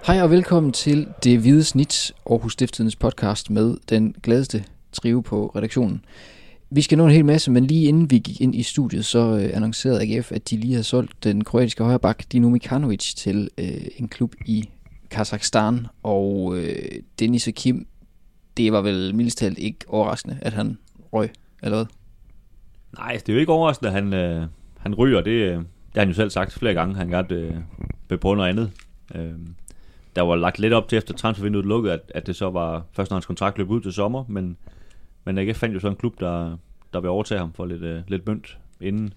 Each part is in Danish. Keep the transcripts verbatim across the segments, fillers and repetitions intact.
Hej og velkommen til Det Hvide Snit, Aarhus Stiftstidens podcast med den gladeste trio på redaktionen. Vi skal nå en hel masse, men lige inden vi gik ind i studiet, så øh, annoncerede A G F, at de lige havde solgt den kroatiske højreback Dino Mikanovic til øh, en klub i Kazakhstan. Og øh, Deniz Akim, det var vel mildest talt ikke overraskende, at han røg, eller hvad? Nej, det er jo ikke overraskende, at han, øh, han ryger. Det, det har han jo selv sagt flere gange. Han gerne øh, vil prøve noget andet. Øh, der var lagt lidt op til efter transfervinduet lukkede, at, at det så var først, når hans kontrakt løb ud til sommer. Men, men A G F fandt jo så en klub, der, der vil overtage ham for lidt, øh, lidt mønt inden.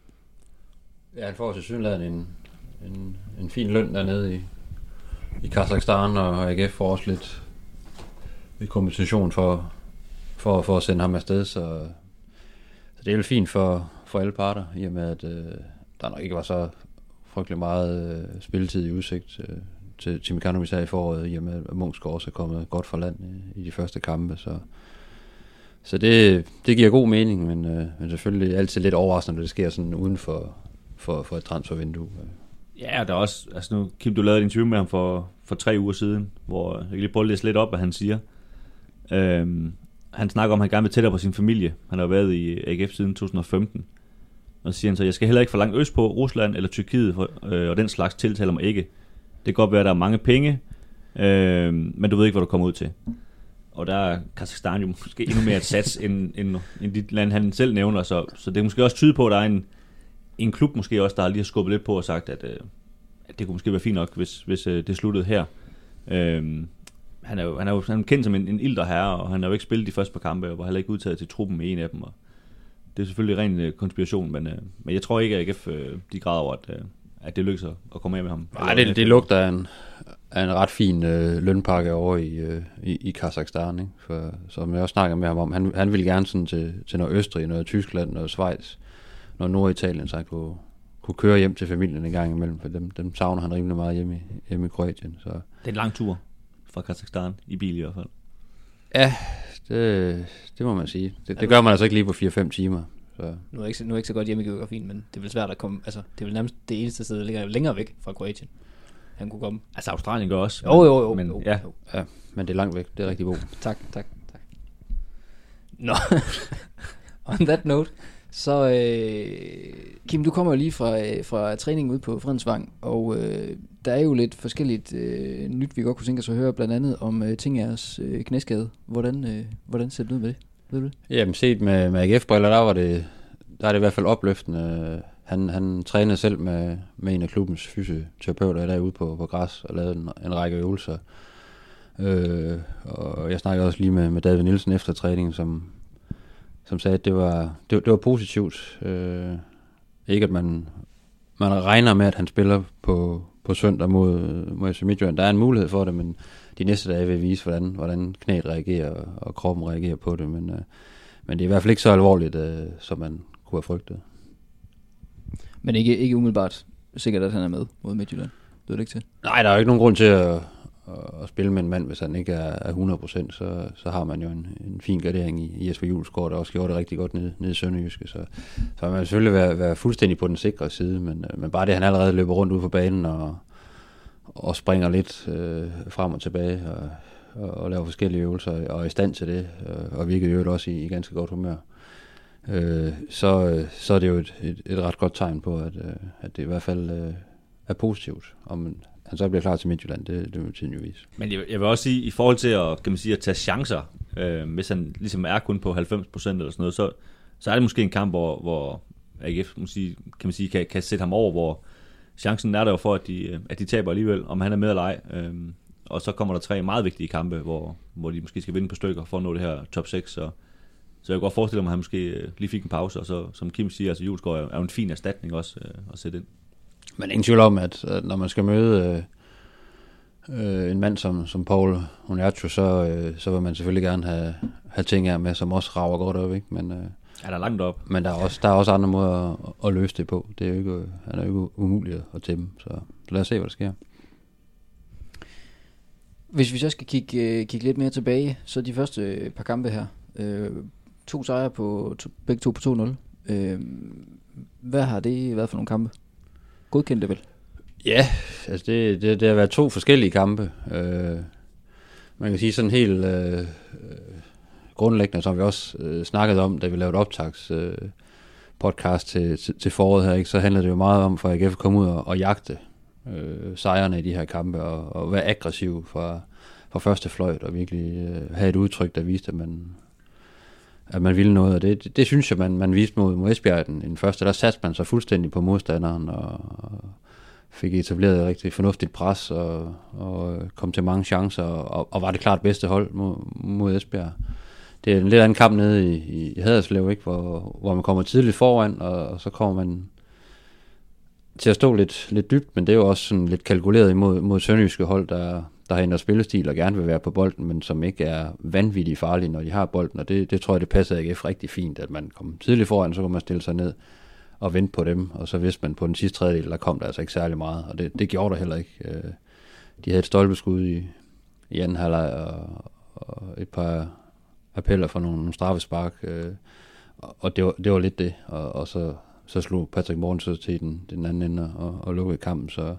Ja, han får til synligheden en, en, en fin løn dernede i, i Kazakhstan, og A G F får også lidt, lidt kompensation for, for, for at sende ham afsted, så, så det er jo fint for, for alle parter, i og med at øh, der nok ikke var så frygtelig meget øh, spilletid i udsigt øh, til, til Mikanovic her i foråret, i og med at Munchsgaard også er kommet godt fra land i, i de første kampe, så, så det, det giver god mening, men, øh, men selvfølgelig altid lidt overraskende, når det sker sådan uden for, for, for et transfervindue. Ja, og der er også, altså nu, Kim, du lavede et interview med ham for, for tre uger siden, hvor jeg kan lige prøve at læse lidt op, hvad han siger. Øhm, han snakker om, at han gerne vil tættere på sin familie. Han har været i A G F siden to tusind og femten. Og så siger han så, jeg skal heller ikke for langt øst på Rusland eller Tyrkiet, for, øh, og den slags tiltaler mig ikke. Det kan godt være, at der er mange penge, øh, men du ved ikke, hvad du kommer ud til. Og der er Kazakhstan jo måske endnu mere et sats, end, end, end de lande, han selv nævner. Så, så det er måske også tyde på, at der er en, en klub måske også, der lige har skubbet lidt på og sagt, at, øh, at det kunne måske være fint nok, hvis, hvis øh, det sluttede her. Øh, han, er jo, han er jo han er kendt som en, en ilter herre, og han har jo ikke spillet de første par kampe, og var heller ikke udtaget til truppen med en af dem. Og det er selvfølgelig ren øh, konspiration, men, øh, men jeg tror ikke, at A G F øh, de græder over, at, øh, at det lykkes at komme af med ham. Nej, det, det lugter af en, af en ret fin øh, lønpakke over i, øh, i, i Kazakhstan, ikke? For, som jeg også snakker med ham om. Han, han ville gerne sådan til, til noget Østrig, noget Tyskland, noget Schweiz, noget Norditalien, så han kunne, kunne køre hjem til familien en gang imellem, for dem, dem savner han rimelig meget hjemme i, hjemme i Kroatien. Så. Det er en lang tur fra Kazakhstan, i bil i hvert fald. Ja, det, det må man sige. Det, det gør man altså ikke lige på fire fem timer. Så. Nu er jeg ikke, nu er jeg ikke så godt hjemme i geografien, men det er vel svært at komme, altså det er vel nærmest det eneste sted, der ligger længere væk fra Kroatien. Han kunne komme. Altså Australien gør også. Jo, jo, jo. Men, jo, ja. jo. ja, men det er langt væk. Det er rigtig god. Tak, tak, tak. Nå, on that note, så øh, Kim, du kommer jo lige fra, øh, fra træningen ude på Fredensvang, og øh, der er jo lidt forskelligt øh, nyt, vi godt kunne tænke os at høre, blandt andet om øh, Tingers øh, knæskade. Hvordan, øh, hvordan ser det ud med det? Ved du det? Jamen set med, med A G F-briller, der var det, der er det i hvert fald opløftende. Han, han trænede selv med, med en af klubbens fysioterapeuter derude på, på græs og lavede en, en række øvelser. Øh, og jeg snakkede også lige med, med David Nielsen efter træningen, som, som sagde, at det var, det, det var positivt. Øh, ikke at man, man regner med, at han spiller på, på søndag mod, mod F C Midtjylland. Der er en mulighed for det, men de næste dage vil vise, hvordan, hvordan knæet reagerer og, og kroppen reagerer på det. Men, øh, men det er i hvert fald ikke så alvorligt, øh, som man kunne have frygtet. Men ikke, ikke umiddelbart sikkert, at han er med mod Midtjylland. Det er det ikke til? Nej, der er jo ikke nogen grund til at, at spille med en mand, hvis han ikke er hundrede procent. Så, så har man jo en, en fin gardering i, i Jesper Julesgaard, der også gjorde det rigtig godt nede, nede i Sønderjyske. Så, så man vil selvfølgelig være, være fuldstændig på den sikre side, men, men bare det, han allerede løber rundt ude på banen og, og springer lidt øh, frem og tilbage og, og, og laver forskellige øvelser og er i stand til det, og, og virker jo også i, i ganske godt humør. Øh, så, så er det jo et, et, et ret godt tegn på, at, at det i hvert fald øh, er positivt. Om han så bliver klar til Midtjylland, det, det vil tiden jo vise. Men jeg, jeg vil også sige, i forhold til at, kan man sige, at tage chancer, øh, hvis han ligesom er kun på halvfems procent eller sådan noget, så, så er det måske en kamp, hvor, hvor A G F måske, kan, man sige, kan, kan sætte ham over, hvor chancen er der jo for, at de, at de taber alligevel, om han er med eller ej. Øh, og så kommer der tre meget vigtige kampe, hvor, hvor de måske skal vinde på stykker for at nå det her top seks, så Så jeg kan godt forestille mig, at han måske lige fik en pause, og så, som Kim siger, altså Julesgaard er jo en fin erstatning også øh, at sætte ind. Men ingen tvivl om, at, at når man skal møde øh, en mand som, som Paul Onercho, så, øh, så vil man selvfølgelig gerne have, have ting her med, som også rager godt op, ikke? Men, øh, er der langt op? Men der er også, der er også andre måder at, at løse det på. Det er jo ikke, han er jo ikke umuligt at tæmme, så, så lad os se, hvad der sker. Hvis vi så skal kigge, kigge lidt mere tilbage, så de første par kampe her, øh, to sejre på to, begge to på to nul. Øh, hvad har det været for nogle kampe? Godkendte vel? Ja, altså det, det, det har været to forskellige kampe. Øh, man kan sige sådan helt øh, grundlæggende, som vi også øh, snakkede om, da vi lavede optags øh, podcast til, til, til foråret her, ikke, så handlede det jo meget om for A G F at komme ud og, og jagte øh, sejrene i de her kampe, og, og være aggressiv fra, fra første fløjt, og virkelig øh, have et udtryk, der viste, at man, at man ville noget, og det, det, det synes jeg, man, man viste mod, mod Esbjerg den, den første. Der satte man sig fuldstændig på modstanderen, og, og fik etableret et rigtig fornuftigt pres, og, og kom til mange chancer, og, og var det klart bedste hold mod, mod Esbjerg. Det er en lidt anden kamp nede i, i Haderslev, ikke? Hvor, hvor man kommer tidligt foran, og, og så kommer man til at stå lidt, lidt dybt, men det er jo også sådan lidt kalkuleret imod mod sønderjyske hold, der, der har ændret spillestil og gerne vil være på bolden, men som ikke er vanvittigt farlige, når de har bolden, og det, det tror jeg, det passer A G F rigtig fint, at man kommer tidligt foran, så kan man stille sig ned og vente på dem, og så vidste man på den sidste tredjedel, der kom der altså ikke særlig meget, og det, det gjorde der heller ikke. De havde et stolpeskud i, i anden halvleg, og, og et par appeller for nogle, nogle straffespark, og det var, det var lidt det, og, og så, så slog Patrick Mortensen til den, den anden ende og, og lukkede kampen, så,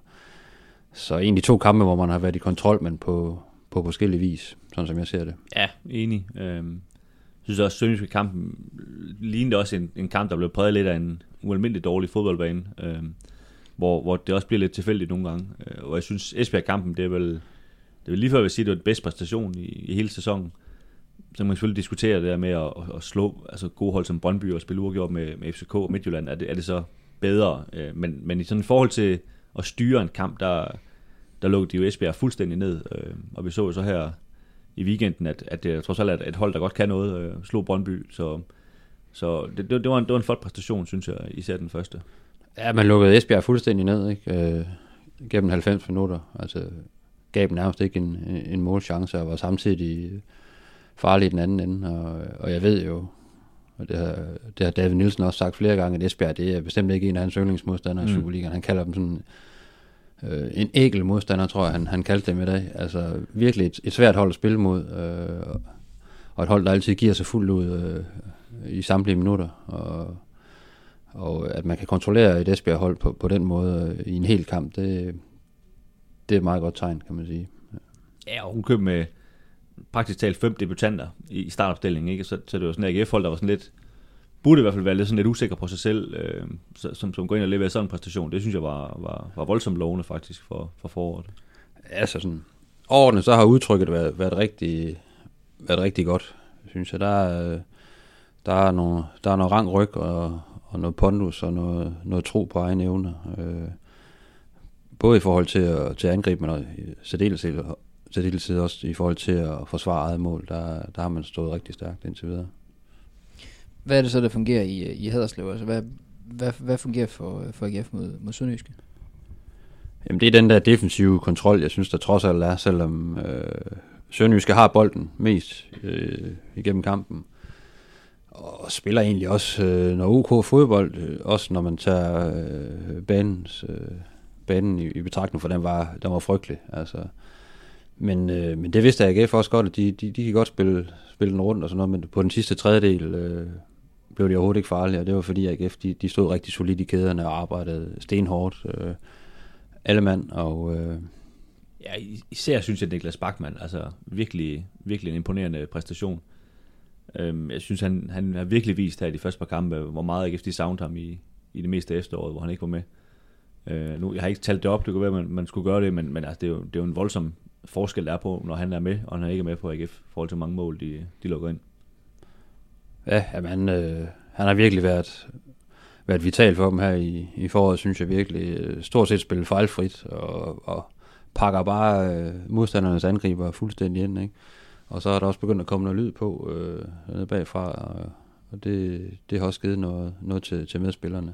så egentlig to kampe, hvor man har været i kontrol, men på, på forskellig vis, sådan som jeg ser det. Ja, enig. Øhm, jeg synes også, at Sønderjyske kampen lignede også en, en kamp, der blev præget lidt af en ualmindelig dårlig fodboldbane, øhm, hvor, hvor det også bliver lidt tilfældigt nogle gange. Øh, og jeg synes, Esbjerg-kampen, det er vel, det er vel lige før, jeg vil sige, det var den bedste præstation i, i hele sæsonen. Så kan man selvfølgelig diskutere det der med at, at slå altså gode hold som Brøndby og spille uafgjort med, med F C K og Midtjylland. Er det, er det så bedre? Øh, men, men i sådan et forhold til at styre en kamp, der, der lukkede de jo Esbjerg fuldstændig ned. Øh, og vi så jo så her i weekenden, at, at det trods alt er et hold, der godt kan noget, øh, slog Brøndby. Så, så det, det, var en, det var en flot præstation, synes jeg, især den første. Ja, man lukkede Esbjerg fuldstændig ned, ikke? Øh, gennem halvfems minutter. Altså gav dem nærmest ikke en, en målchance, og var samtidig farlig i den anden ende, og, og jeg ved jo, og det har, det har David Nielsen også sagt flere gange, at Esbjerg, det er bestemt ikke en af hans yndlingsmodstandere i mm. Superligaen. Han kalder dem sådan øh, en ækel modstander, tror jeg, han, han kaldte dem i dag. Altså virkelig et, et svært hold at spille mod, øh, og et hold, der altid giver sig fuldt ud øh, i samtlige minutter, og, og at man kan kontrollere et Esbjerg-hold på, på den måde øh, i en hel kamp, det, det er et meget godt tegn, kan man sige. Ja, og hun købte med praktisk talt fem debutanter i startopstillingen, ikke? Så, så det var sådan en A G F-hold, der var sådan lidt, burde i hvert fald være lidt, sådan lidt usikker på sig selv, øh, som, som går ind og leverer sådan en præstation. Det synes jeg var, var, var voldsomt lovende faktisk for, for foråret. Altså sådan, overordnet så har udtrykket været, været, rigtig, været rigtig godt, synes jeg. Der er, der er noget, der er noget rang ryg og, og noget pondus og noget, noget tro på egne evner. Øh, både i forhold til at, til at angribe, men også særdeleshed særdeleshed også i forhold til at forsvare eget mål. Der, der har man stået rigtig stærkt indtil videre. Hvad er det så, der fungerer i, i Haderslev? Altså, hvad, hvad, hvad fungerer for, for A G F mod, mod Sønderjyske? Jamen, det er den der defensive kontrol, jeg synes, der trods alt er, selvom øh, Sønderjyske har bolden mest øh, igennem kampen. Og spiller egentlig også øh, noget OK fodbold, øh, også når man tager øh, banens, øh, banen i, i betragtning, for den var, den var frygtelig. Altså, men, øh, men det vidste A G F også godt, at de, de, de kan godt spille, spille den rundt og sådan noget, men på den sidste tredjedel øh, blev de overhovedet ikke farlige, og det var fordi A G F de, de stod rigtig solidt i kæderne og arbejdede stenhårdt, øh, alle mand, og øh, ja, især synes jeg, Niklas Bachmann, altså virkelig, virkelig en imponerende præstation. Øhm, jeg synes, han, han har virkelig vist her i de første par kampe, hvor meget A G F de savnede ham i, i det meste efteråret, hvor han ikke var med. Øh, nu, jeg har ikke talt det op, det kunne være, at man, man skulle gøre det, men, men altså, det, er jo, det er jo en voldsom forskel, der er på, når han er med, og han er ikke med på A G F, i forhold til mange mål, de, de lukker ind. Ja, jamen, han, øh, han har virkelig været, været vital for dem her i, i foråret, synes jeg virkelig. Stort set spillet fejlfrit, og, og pakker bare øh, modstandernes angriber fuldstændig ind, ikke? Og så er der også begyndt at komme noget lyd på øh, nede bagfra, og, og det, det har også givet noget, noget til, til medspillerne.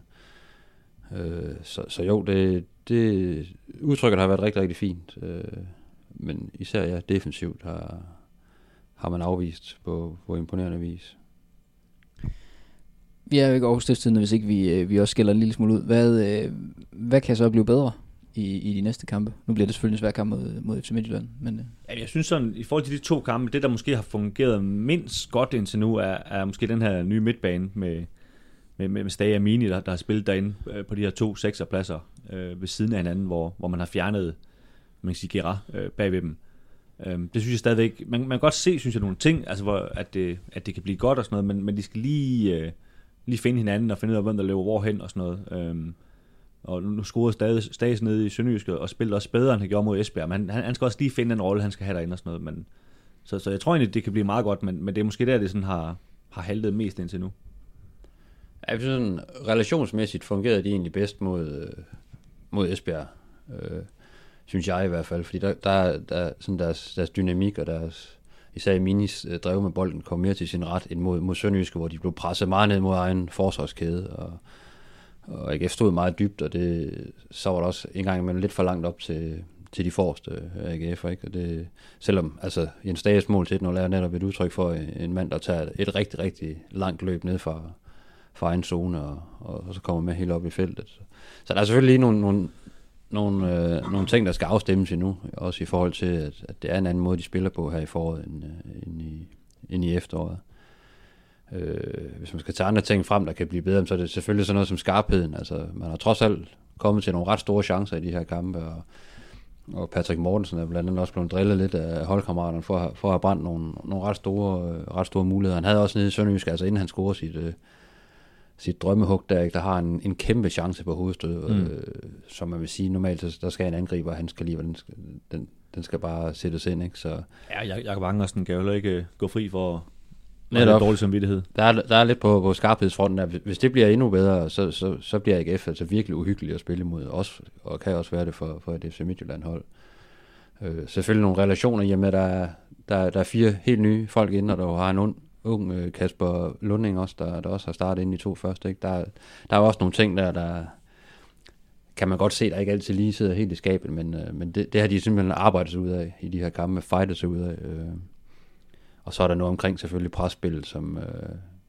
Øh, så, så jo, det, det udtrykket har været rigtig, rigtig fint. Øh, men især ja, defensivt har, har man afvist på, på imponerende vis. Vi er jo ikke Aarhus Stiftstidende, hvis ikke vi, vi også skiller en lille smule ud. Hvad, hvad kan så blive bedre i, i de næste kampe? Nu bliver det selvfølgelig en svær kamp mod, mod F C Midtjylland. Men ja, jeg synes sådan, i forhold til de to kampe, det der måske har fungeret mindst godt indtil nu, er, er måske den her nye midtbane med, med, med Stage og Mini, der, der har spillet derinde øh, på de her to sekserpladser øh, ved siden af hinanden, hvor, hvor man har fjernet, man kan sige, Gerard øh, bagved dem. Øh, det synes jeg stadigvæk, man, man kan godt se, synes jeg, nogle ting, altså hvor, at, det, at det kan blive godt og sådan noget, men, men de skal lige, øh, lige finde hinanden og finde ud af, hvem der løber hvorhen og sådan noget. Øh, og nu scorede stadig Stages nede i Sønderjyske og spillede også bedre, end han gjorde mod Esbjerg, men han, han skal også lige finde den rolle, han skal have derinde og sådan noget, men så, så jeg tror egentlig, det kan blive meget godt, men, men det er måske der, det sådan har, har haltet mest indtil nu. Ja, sådan relationsmæssigt fungerede de egentlig bedst mod, mod Esbjerg, øh, synes jeg i hvert fald, fordi der, der, der sådan deres, deres dynamik og deres, især i Minis øh, drev med bolden, kom mere til sin ret end mod, mod Sønderjyske, hvor de blev presset meget ned mod egen forsvarskæde, og, og A G F stod meget dybt, og det, så var der også en gang imellem lidt for langt op til, til de forreste A G F'er, ikke? Og det, selvom altså, Jens Stages mål til et nul er netop et udtryk for en mand, der tager et rigtig, rigtig langt løb ned fra, fra egen zone, og, og, og så kommer med helt op i feltet. Så, så der er selvfølgelig lige nogle, nogle, nogle, øh, nogle ting, der skal afstemmes endnu, også i forhold til, at, at det er en anden måde, de spiller på her i foråret, end, end, i, end i efteråret. Øh, hvis man skal tage andre ting frem, der kan blive bedre, så er det selvfølgelig sådan noget som skarpheden. Altså, man har trods alt kommet til nogle ret store chancer i de her kampe, og Og Patrick Mortensen er blandt andet også blevet drillet lidt af holdkammeraterne for, at, for at have brændt nogle, nogle ret, store, ret store muligheder. Han havde også nede i Sønderjysk, altså inden han scorede sit, uh, sit drømmehug, der, der har en, en kæmpe chance på hovedstød, mm. øh, som man vil sige, normalt der skal en angriber, han skal lige, den skal, den, den skal bare sættes ind, ikke? Så ja, Jakob Angersen kan jo heller ikke gå fri for en dårlig samvittighed. Der er, der er lidt på, på skarphedsfronten, der. Hvis det bliver endnu bedre, så, så, så bliver A G F altså virkelig uhyggeligt at spille imod os, og kan også være det for, for et F C Midtjylland-hold. Øh, selvfølgelig nogle relationer, i og med, at der er, der, der er fire helt nye folk inde, og der har en ung, ung øh, Kasper Lunding også, der, der også har startet ind i to første. Ikke? Der, der er også nogle ting der, der kan man godt se, der ikke altid lige sidder helt i skabet, men, øh, men det, det har de simpelthen arbejdet sig ud af i de her kampe, fightet sig ud af. Øh. Og så er der noget omkring selvfølgelig presspil, som, øh,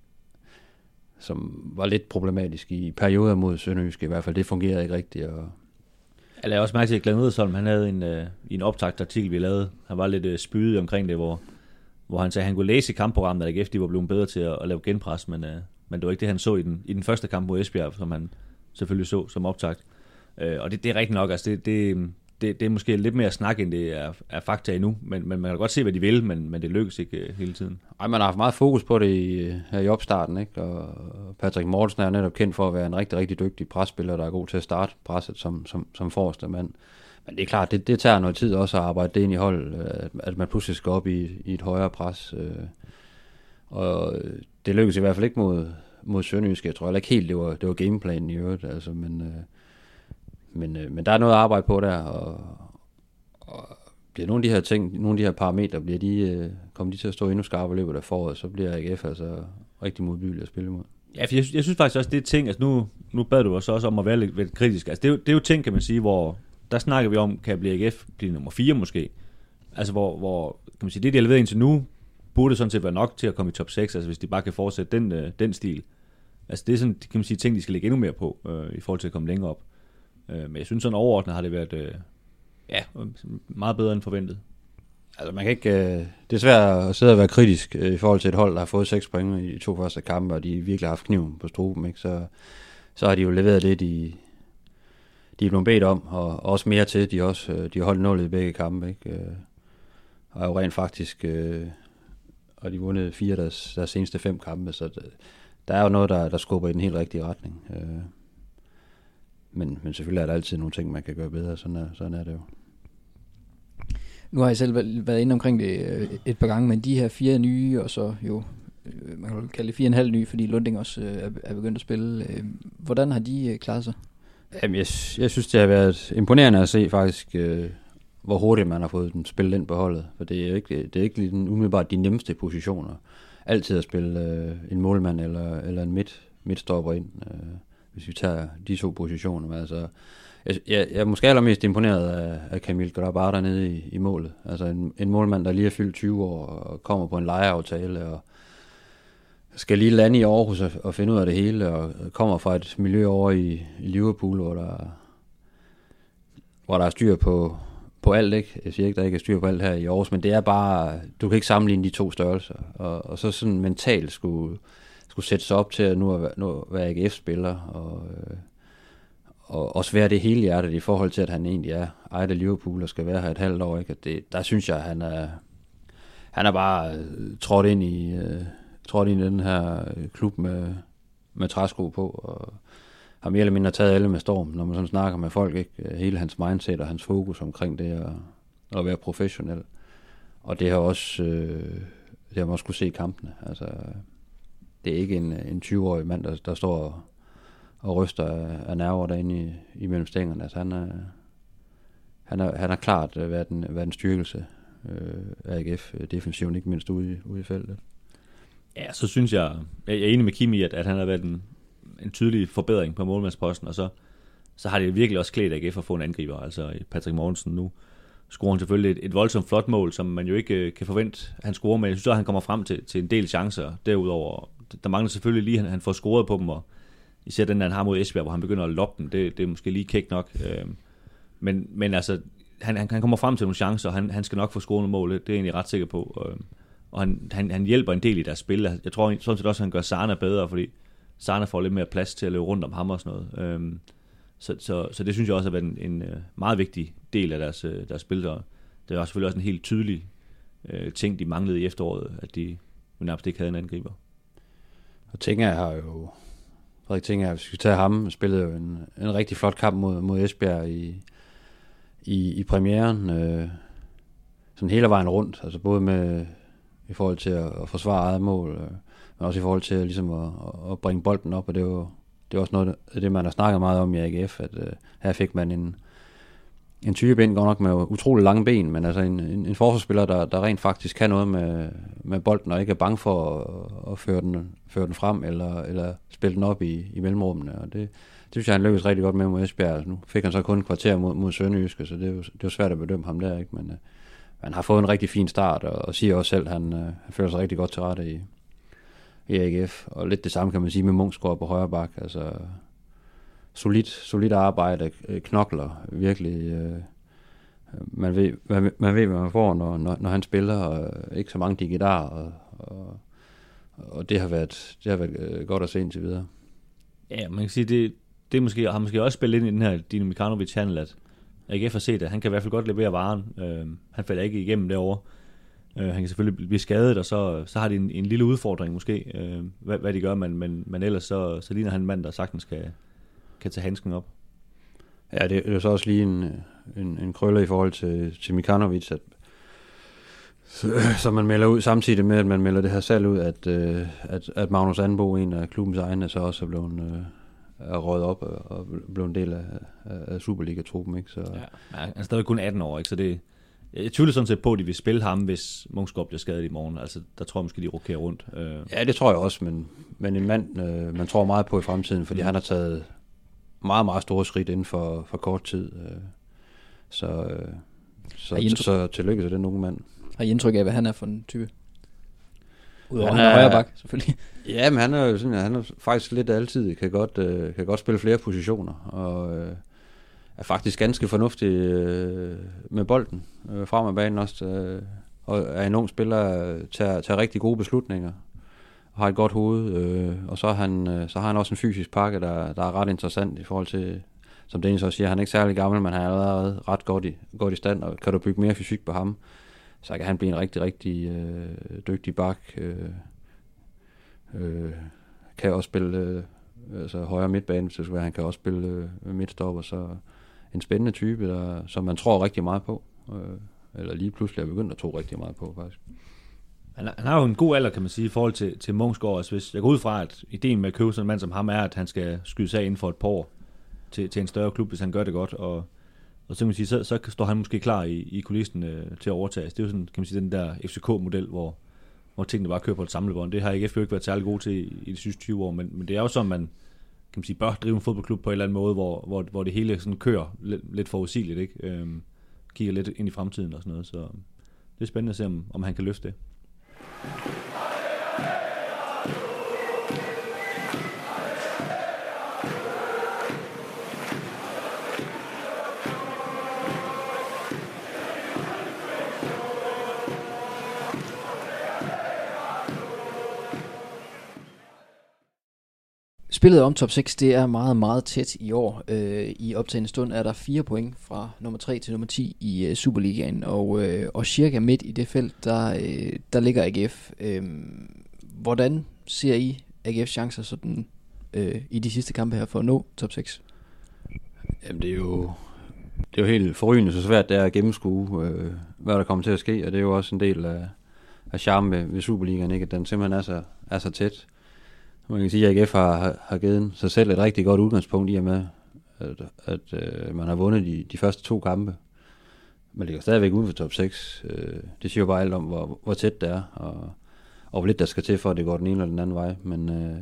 som var lidt problematisk i perioder mod Sønderjysk. I hvert fald, det fungerede ikke rigtigt. Og jeg lavede også mærke til, at Glenn Riddersholm, han havde en, øh, i en optagtartikel, vi lavede, han var lidt øh, spydig omkring det, hvor, hvor han sagde, at han kunne læse i kampprogrammet, at A G F de var blevet bedre til at, at lave genpres, men, øh, men det var ikke det, han så i den, i den første kamp mod Esbjerg, som han selvfølgelig så som optagt. Øh, og det, det er rigtigt nok, altså det, det, det, det er måske lidt mere snak, end det er, er fakta endnu, men, men man kan godt se, hvad de vil, men, men det lykkes ikke øh, hele tiden. Ej, man har haft meget fokus på det i, her i opstarten, ikke? Og Patrick Mortensen er netop kendt for at være en rigtig, rigtig dygtig presspiller, der er god til at starte presset som, som, som forreste mand. Men det er klart, det, det tager noget tid også at arbejde det ind i hold, at, at man pludselig skal op i, i et højere pres. Øh, og det lykkedes i hvert fald ikke mod, mod Sønderjysk. Jeg tror heller ikke helt, det var, det var gameplanen i øvrigt, altså, men, øh, men, øh, men der er noget at arbejde på der, og, og bliver nogle af de her ting, nogle af de her parametre, bliver de, øh, kommer de til at stå endnu skarpere i løbet af foråret, så bliver A G F altså rigtig modbydelig at spille imod. Ja, for jeg, jeg synes faktisk også, det er ting, altså nu, nu bad du også om at være lidt, lidt kritisk, altså det er, jo, det er jo ting, kan man sige, hvor der snakker vi om, kan blive A G F blive nummer fire måske, altså hvor, hvor kan man sige, det de har leveret indtil nu, burde sådan set være nok til at komme i top seks, altså hvis de bare kan fortsætte den, øh, den stil. Altså det er sådan, kan man sige, ting, de skal lægge endnu mere på, øh, i forhold til at komme længere op. Øh, men jeg synes sådan overordnet har det været, øh, ja, meget bedre end forventet. Altså man kan ikke, øh, det er svært at sidde og være kritisk øh, i forhold til et hold, der har fået seks point i de to første kampe, og de virkelig har haft kniven på struben, ikke? Så, så har de jo leveret det, de, de er blevet bedt om, og også mere til. De, også, de har holdt nullet i begge kampe, ikke? Øh, og er jo rent faktisk, øh, og de har vundet fire af deres, deres seneste fem kampe, så det, der er jo noget, der, der skubber i den helt rigtige retning. Øh, men, men selvfølgelig er der altid nogle ting, man kan gøre bedre, sådan er, sådan er det jo. Nu har jeg selv været inde omkring det et par gange, men de her fire nye, og så jo, man kan kalde det fire og en halv nye, fordi Lunding også er begyndt at spille. Hvordan har de klaret sig? Jamen, jeg, jeg synes, det har været imponerende at se faktisk, hvor hurtigt man har fået den spillet ind på holdet. For det er jo ikke, det er ikke lige umiddelbart de nemmeste positioner. Altid at spille en målmand eller, eller en midt, midtstopper ind, hvis vi tager de to positioner. Men altså, Jeg, jeg, jeg er måske allermest imponeret af, af Kamil Grabar dernede i, i målet. Altså en, en målmand, der lige er fyldt tyve år og kommer på en lejeaftale og skal lige lande i Aarhus og, og finde ud af det hele, og kommer fra et miljø over i, i Liverpool, hvor der, hvor der er styr på, på alt, ikke? Jeg siger ikke, der ikke er styr på alt her i Aarhus, men det er bare, du kan ikke sammenligne de to størrelser. Og, og så sådan mentalt skulle, skulle sætte sig op til at nu at være, nu at være A G F-spiller, og, øh, og også være det hele hjertet i forhold til, at han egentlig er ejet af Liverpool og skal være her et halvt år. Ikke? At det, der synes jeg, at han er, han er bare øh, trådt ind i, øh, trådt ind i den her klub med, med træsko på, og har mere eller mindre taget alle med storm, når man sådan snakker med folk. Ikke? Hele hans mindset og hans fokus omkring det at, at være professionel. Og det har også, øh, det har man også kunne se i kampene. Altså, det er ikke en, en tyve-årig mand, der, der står og, og ryster af, af nerver derinde i, imellem stængerne. Altså, han er, han er, han er klart været en, været en styrkelse øh, af A G F-defensiven, ikke mindst ude, ude i feltet. Ja, så synes jeg, jeg er enig med Kim i, at, at han har været en, en tydelig forbedring på målmandsposten, og så, så har det virkelig også klædt A G F at få en angriber, altså Patrick Mortensen nu. Scorer han selvfølgelig et, et voldsomt flot mål, som man jo ikke øh, kan forvente, han scorer, men jeg synes også, at han kommer frem til, til en del chancer derudover. Der mangler selvfølgelig lige, at han, han får scoret på dem, og især den, der han har mod Esbjerg, hvor han begynder at loppe dem, det, det er måske lige kægt nok. Øh, men, men altså, han, han, han kommer frem til nogle chancer, og han, han skal nok få scoret nogle mål, det er jeg egentlig ret sikker på. Øh, og han, han, han hjælper en del i deres spil. Jeg tror sådan set også, at han gør Sarna bedre, fordi Sarna får lidt mere plads til at løbe rundt om ham og sådan noget. Øh, så, så, så det synes jeg også har været en, en meget vigtig del af deres, deres spil. Der. Det var selvfølgelig også en helt tydelig øh, ting, de manglede i efteråret, at de nærmest ikke havde en angriber. Og Tinger har jo, Frederik Tinger, hvis vi skal tage ham, spillede jo en, en rigtig flot kamp mod, mod Esbjerg i, i, i premieren. Øh, sådan hele vejen rundt, altså både med i forhold til at, at forsvare eget mål, øh, men også i forhold til ligesom at, at bringe bolden op, og det var det er også noget af det, man har snakket meget om i A G F, at øh, her fik man en, en type ind, godt nok med utrolig lange ben, men altså en, en, en forsvarsspiller, der, der rent faktisk kan noget med, med bolden, og ikke er bange for at, at føre, den, føre den frem, eller, eller spille den op i, i mellemrummene, og det, det synes jeg, han lykkedes rigtig godt med mod Esbjerg. Altså, nu fik han så kun et kvarter mod, mod Sønderjyske, så det er, jo, det er jo svært at bedømme ham der, ikke? Men øh, han har fået en rigtig fin start, og, og siger også selv, at han, øh, han føler sig rigtig godt til rette i i A G F, og lidt det samme kan man sige med Munksgaard på højre bak, altså solid, solid arbejde, knokler, virkelig, øh, man, ved, man, man ved, hvad man får, når, når, når han spiller, og ikke så mange digitarer, og, og, og det har været, det har været godt at se indtil videre. Ja, man kan sige, det, det måske, har måske også spillet ind i den her Dino Mikanovic-handel, at A G F har set, at han kan i hvert fald godt levere varen, øh, han falder ikke igennem derovre. Uh, han kan selvfølgelig blive skadet, og så, så har de en, en lille udfordring måske, uh, hvad, hvad de gør, men, men, men ellers så, så ligner han en mand, der sagtens kan, kan tage handsken op. Ja, det er så også lige en, en, en krølle i forhold til, til Mikanovic, at, så man melder ud samtidig med, at man melder det her salg ud, at, uh, at, at Magnus Anbo, en af klubbens egne, så også er blevet uh, er røget op og, og blevet en del af, af Superliga-truppen. Ikke? Så, ja, han er stadig kun atten år, ikke? Så det jeg tvivler sådan set på, at de vil spille ham, hvis Munksgaard bliver skadet i morgen. Altså, der tror jeg måske, de rokerer rundt. Ja, det tror jeg også, men, men en mand, øh, man tror meget på i fremtiden, fordi mm. han har taget meget, meget store skridt inden for, for kort tid. Øh. Så, øh, så, indtryk... så, så tillykke til den unge mand. Har I indtryk af, hvad han er for en type? Udover han han er højre bak, selvfølgelig. Ja, men han er jo sådan, han er faktisk lidt altid, kan godt, øh, kan godt spille flere positioner, og øh, er faktisk ganske fornuftig øh, med bolden, øh, frem af banen også, øh, og er en ung spiller, øh, tager, tager rigtig gode beslutninger, og har et godt hoved, øh, og så, er han, øh, så har han også en fysisk pakke, der, der er ret interessant i forhold til, som Dennis også siger, han er ikke særlig gammel, men han er allerede ret godt i, godt i stand, og kan du bygge mere fysik på ham, så kan han blive en rigtig, rigtig øh, dygtig bak, øh, øh, kan også spille øh, altså højre midtbane, så han kan også spille øh, midtstopper, så en spændende type, der, som man tror rigtig meget på, øh, eller lige pludselig er begyndt at tro rigtig meget på, faktisk. Han, han har jo en god alder, kan man sige, i forhold til, til Munksgaard. Altså, hvis jeg går ud fra, at ideen med at købe sådan en mand som ham er, at han skal skyde sig inden for et par år til, til en større klub, hvis han gør det godt, og, og så kan man sige, så, så står han måske klar i, i kulissen øh, til at overtage. Det er jo sådan, kan man sige, den der F C K-model, hvor, hvor tingene bare kører på et samlebånd. Det har A G F jo ikke været særlig god til i, i de sidste tyve år, men, men det er jo sådan, man kan man sige, bør drive en fodboldklub på en eller anden måde, hvor, hvor, hvor det hele sådan kører lidt, lidt forudsigeligt, ikke? Øhm, kigger lidt ind i fremtiden og sådan noget, så det er spændende at se, om, om han kan løfte det. spillet om top seks, det er meget, meget tæt i år. Øh, I optagende stund er der fire point fra nummer tre til nummer ti i uh, Superligaen, og, øh, og cirka midt i det felt, der, øh, der ligger A G F. Øh, hvordan ser I A G F's chancer sådan, øh, i de sidste kampe her for at nå top seks? Jamen det er jo, det er jo helt forrygende så svært det er at gennemskue, øh, hvad der kommer til at ske, og det er jo også en del af, af charmen ved, ved Superligaen, ikke? At den simpelthen er så, er så tæt. Man kan sige, at A G F har, har givet sig selv et rigtig godt udgangspunkt i og med, at, at øh, man har vundet de, de første to kampe. Man ligger stadigvæk uden for top seks. Øh, det siger jo bare alt om, hvor, hvor tæt det er, og, og hvor lidt der skal til for, at det går den ene eller den anden vej. Men øh,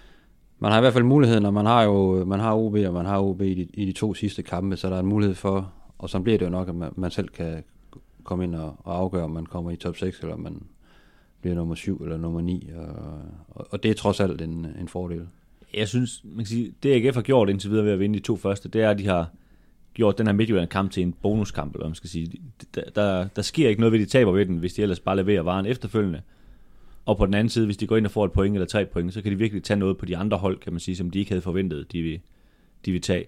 man har i hvert fald muligheden, og man har jo man har O B, og man har O B i de, i de to sidste kampe, så der er en mulighed for, og så bliver det jo nok, at man, man selv kan komme ind og, og afgøre, om man kommer i top seks, eller om man bliver nummer syv eller nummer ni, og, og, og det er trods alt en, en fordel. Jeg synes, man kan sige, det A G F har gjort indtil videre ved at vinde de to første, det er, at de har gjort den her Midtjylland-kamp til en bonuskamp, eller man skal sige. Der, der, der sker ikke noget ved, de taber ved den, hvis de ellers bare leverer varen efterfølgende. Og på den anden side, hvis de går ind og får et point eller tre point, så kan de virkelig tage noget på de andre hold, kan man sige, som de ikke havde forventet, de vil, de vil tage.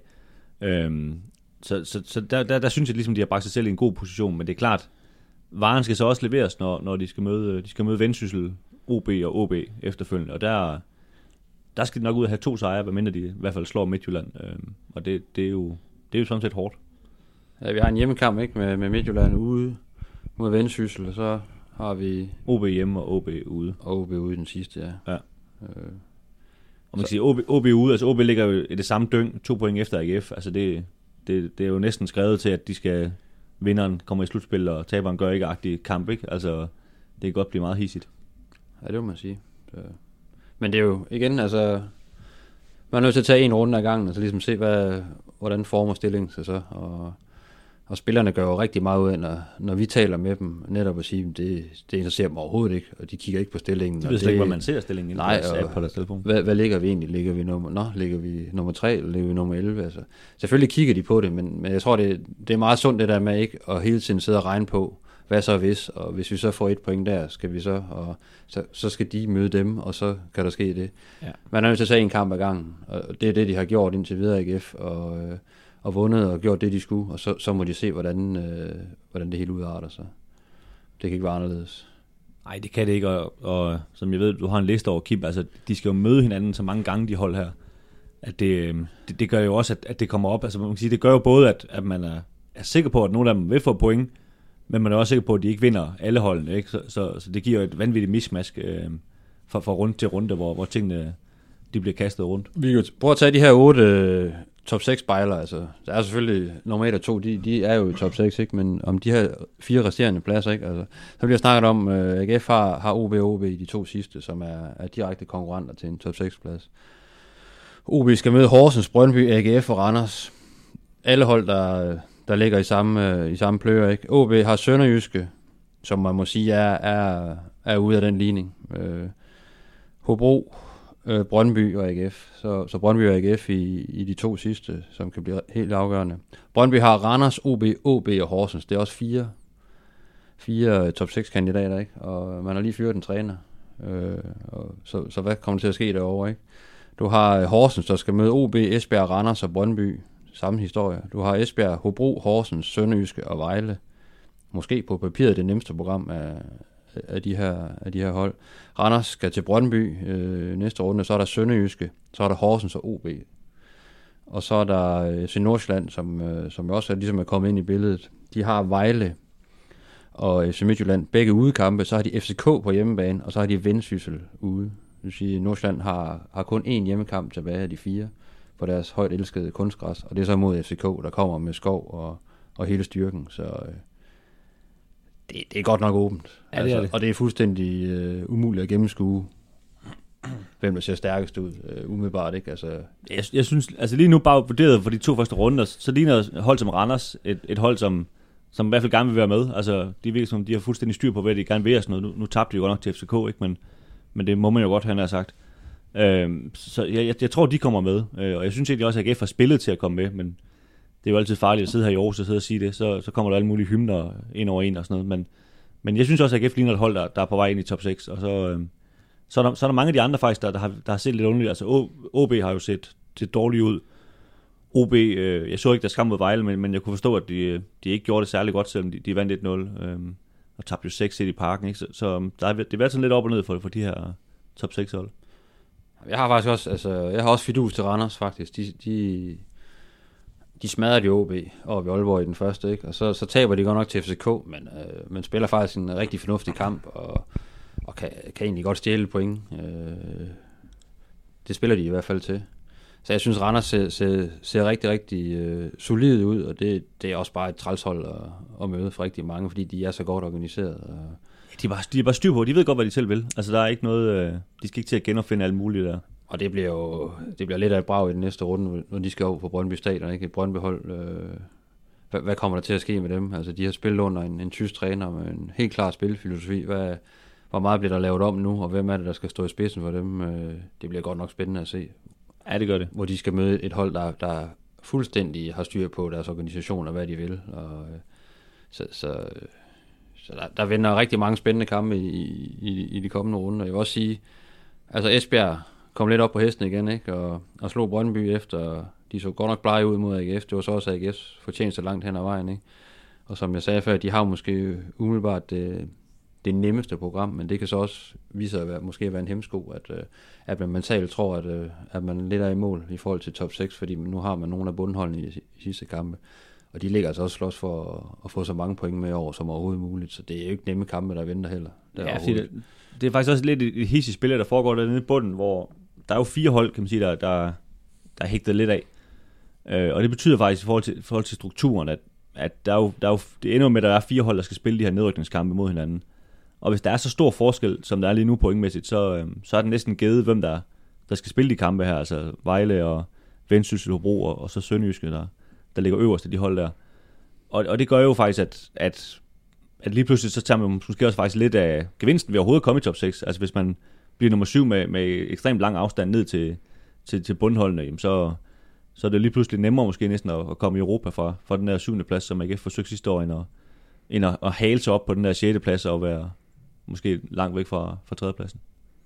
Øhm, så så, så der, der, der synes jeg ligesom, de har bragt sig selv i en god position, men det er klart, varen skal så også leveres, når, når de skal møde, de skal møde Vendsyssel, O B og O B efterfølgende, og der, der skal de nok ud og have to sejre, medmindre de i hvert fald slår Midtjylland, øhm, og det, det, er jo, det er jo sådan set hårdt. Ja, vi har en hjemmekamp, ikke, med, med Midtjylland ude mod Vendsyssel, og så har vi O B hjemme og O B ude. Og O B ude den sidste, ja. Ja. Øh, og man kan sige, O B, O B ude, altså O B ligger jo i det samme dyng, to point efter A G F, altså det, det, det er jo næsten skrevet til, at de skal, vinderen kommer i slutspil, og taberen gør ikke-agtig kamp, ikke? Altså, det kan godt blive meget hissigt. Ja, det må man sige. Så. Men det er jo, igen, altså, man er nødt til at tage en runde ad gangen, og så ligesom se, hvad, hvordan former stillingen sig så, og Og spillerne gør jo rigtig meget ud af, når, når vi taler med dem, netop at sige, at det, det interesserer dem overhovedet ikke, og de kigger ikke på stillingen. De ved slet ikke, hvad man ser stillingen nej, på, deres, på deres telefon. Hvad, hvad ligger vi egentlig? Ligger vi nummer, nå, ligger vi nummer tre, eller ligger vi nummer elleve? Altså, selvfølgelig kigger de på det, men, men jeg tror, det, det er meget sundt det der med ikke at hele tiden sidde og regne på, hvad så hvis, og hvis vi så får et point der, skal vi så, og så, så skal de møde dem, og så kan der ske det. Ja. Man er nødt til at tage en kamp ad gangen, og det er det, de har gjort indtil videre A G F, og og vundet og gjort det, de skulle, og så, så må de se, hvordan, øh, hvordan det hele udarter sig. Det kan ikke være anderledes. Nej, det kan det ikke, og, og som jeg ved, du har en liste over Kim, altså de skal jo møde hinanden så mange gange, de hold her, at det, det, det gør jo også, at, at det kommer op, altså man kan sige, det gør jo både, at, at man er, er sikker på, at nogle af dem vil få point, men man er også sikker på, at de ikke vinder alle holdene, ikke? Så, så, så det giver et vanvittigt mismask øh, fra, fra runde til runde, hvor, hvor tingene de bliver kastet rundt. Vi kan prøve at tage de her otte øh, top seks spejler, altså der er selvfølgelig nummer et og to, de, de er jo i top seks, ikke? Men om de her fire resterende pladser, ikke? Altså, så bliver snakket om, øh, A G F har, har O B og O B i de to sidste, som er, er direkte konkurrenter til en top seks plads. O B skal møde Horsens, Brøndby, A G F og Randers. Alle hold, der, der ligger i samme, øh, i samme pløjer, ikke? O B har Sønderjyske, som man må sige er, er, er ude af den ligning. Øh, Hobro, øh, Brøndby og A G F. Så, så Brøndby og A G F i, i de to sidste, som kan blive helt afgørende. Brøndby har Randers, O B, O B og Horsens. Det er også fire, fire top seks kandidater, ikke? Og man har lige fyret en træner. Øh, og så, så hvad kommer til at ske derovre, ikke? Du har Horsens, der skal møde O B, Esbjerg, Randers og Brøndby. Samme historie. Du har Esbjerg, Hobro, Horsens, Sønderjyske og Vejle. Måske på papiret det nemmeste program af, af, de, her, af de her hold. Randers skal til Brøndby øh, næste runde. Så er der Sønderjyske, så er der Horsens og O B. Og så er der F C Nordsjælland, som, øh, som også er, ligesom er kommet ind i billedet. De har Vejle og F C Midtjylland begge udekampe. Så har de F C K på hjemmebane, og så har de Vendsyssel ude. Det vil sige, at Nordsjælland har, har kun én hjemmekamp tilbage af de fire på deres højt elskede kunstgræs, og det er så mod F C K, der kommer med skov og, og hele styrken, så øh, det, det er godt nok åbent. Ja, det er det. Og det er fuldstændig øh, umuligt at gennemskue, hvem der ser stærkest ud, øh, umiddelbart, ikke? Altså, jeg, jeg synes, altså lige nu bare vurderet for de to første runder, så ligner hold som Randers et, et hold, som, som i hvert fald gerne vil være med. Altså, de virker som, de har fuldstændig styr på, hvad de gerne vil og sådan noget. Nu, nu tabte de jo godt nok til F C K, ikke? Men, men det må man jo godt, han har sagt. Øhm, så jeg, jeg, jeg tror, de kommer med, øh, og jeg synes egentlig også, at A G F har spillet til at komme med, men det er jo altid farligt at sidde her i Aarhus og sidde og sige det, så, så kommer der alle mulige hymner ind over en og sådan noget, men, men jeg synes også, at A G F ligner et hold, der, der er på vej ind i top seks, og så, øh, Så er der, så er der mange af de andre faktisk, der, der, har, der har set lidt underligt. Altså O B har jo set, set dårligt ud. O B, øh, jeg så ikke deres kamp mod Vejle, men, men jeg kunne forstå, at de, de ikke gjorde det særlig godt, selvom de, de vandt et nul. Øh, og tabte jo seks i parken. Ikke? Så, så der er, det er været sådan lidt op og ned for, for de her top seks hold. Jeg har faktisk også, altså, jeg har også fidus til Randers faktisk. De, de, de smadrede jo O B over ved Aalborg i den første, ikke? Og så, så taber de godt nok til F C K, men øh, man spiller faktisk en rigtig fornuftig kamp, og, og kan, kan egentlig godt stjæle point. Øh, det spiller de i hvert fald til. Så jeg synes, Randers ser, ser, ser rigtig, rigtig øh, solid ud, og det, det er også bare et trælshold at, at møde for rigtig mange, fordi de er så godt organiseret. Og de, er bare, de er bare styr på, de ved godt, hvad de selv vil. Altså, der er ikke noget, øh, de skal ikke til at genopfinde alt muligt der. Og det bliver jo det bliver lidt af et brag i den næste runde, når de skal over på Brøndby Stadion, ikke? Et Brøndby-hold. Øh, hvad, hvad kommer der til at ske med dem? Altså, de har spillet under en, en tysk træner med en helt klar spilfilosofi. Hvad, hvor meget bliver der lavet om nu, og hvem er det, der skal stå i spidsen for dem? Øh, det bliver godt nok spændende at se. Ja, det gør det. Hvor de skal møde et hold, der, der fuldstændig har styr på deres organisation og hvad de vil. Og, øh, så så, så der, der vender rigtig mange spændende kampe i, i, i de kommende runder. Jeg vil også sige, altså Esbjerg kom lidt op på hesten igen, ikke? Og, og slog Brøndby efter, de så godt nok blege ud mod A G F. Det var så også A G F's fortjeneste langt hen ad vejen, ikke? Og som jeg sagde før, de har måske umiddelbart det, det nemmeste program, men det kan så også vise sig at være, måske at være en hemsko, at, at man mentalt tror, at, at man lidt er i mål i forhold til top seks, fordi nu har man nogle af bundholdene i, i sidste kampe, og de ligger altså også slås for at, at få så mange point med over som overhovedet muligt, så det er jo ikke nemme kampe, der venter heller. Ja, det, det er faktisk også lidt et, et hissigt spil, der foregår dernede i bunden, hvor der er jo fire hold, kan man sige, der, der, der er hægtet lidt af. Øh, og det betyder faktisk i forhold til, i forhold til strukturen, at, at der er jo, der er jo, det ender med, at der er fire hold, der skal spille de her nedrykningskampe mod hinanden. Og hvis der er så stor forskel, som der er lige nu pointmæssigt, så, øh, så er det næsten givet, hvem der, der skal spille de kampe her. Altså Vejle og Vendsyssel, Hobro og, og så Sønderjyske, der, der ligger øverst af de hold der. Og, og det gør jo faktisk, at, at, at lige pludselig så tager man måske også faktisk lidt af gevinsten ved overhovedet at komme i top seks. Altså hvis man bliver nummer syv med, med ekstremt lang afstand ned til, til, til bundholdene, jamen så, så er det lige pludselig nemmere måske næsten at, at komme i Europa fra, fra den der syvende plads, som A G F forsøgte sidste år, end at, end at, at hale sig op på den der sjette plads og være måske langt væk fra, fra tredjepladsen.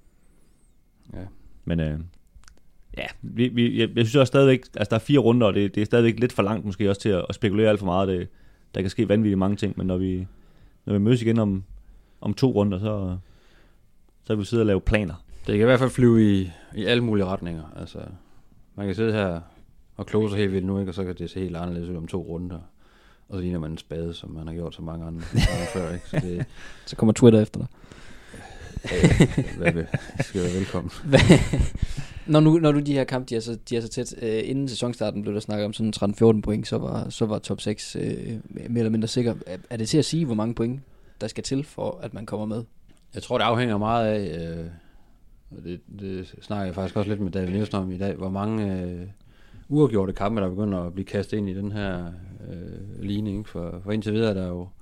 Ja. Men øh, ja, vi, vi, jeg, jeg synes også stadigvæk, altså der er fire runder, og det, det er stadigvæk lidt for langt måske også til at, at spekulere alt for meget. Det, der kan ske vanvittigt mange ting, men når vi, når vi mødes igen om, om to runder, så, så vil vi sidde og lave planer. Det kan i hvert fald flyve i, i alle mulige retninger. Altså, man kan sidde her og kloge sig helt vildt nu, ikke? Og så kan det se helt anderledes ud om to runder. Og så ligner man en spade, som man har gjort så mange andre før, ikke? Så, det, så kommer Twitter efter dig. Hvad vil, skal være velkommen. når, nu, når du de her kampe, de er så, de er så tæt, øh, inden sæsonstarten blev der snakket om sådan tretten fjorten point, så var, så var top seks øh, mere eller mindre sikker. Er, er det til at sige, hvor mange point, der skal til, for at man kommer med? Jeg tror, det afhænger meget af, øh, og det, det snakker jeg faktisk også lidt med David Nielsen om i dag, hvor mange øh, uafgjorte kampe, der begynder at blive kastet ind i den her øh, ligning. For, for indtil videre er der jo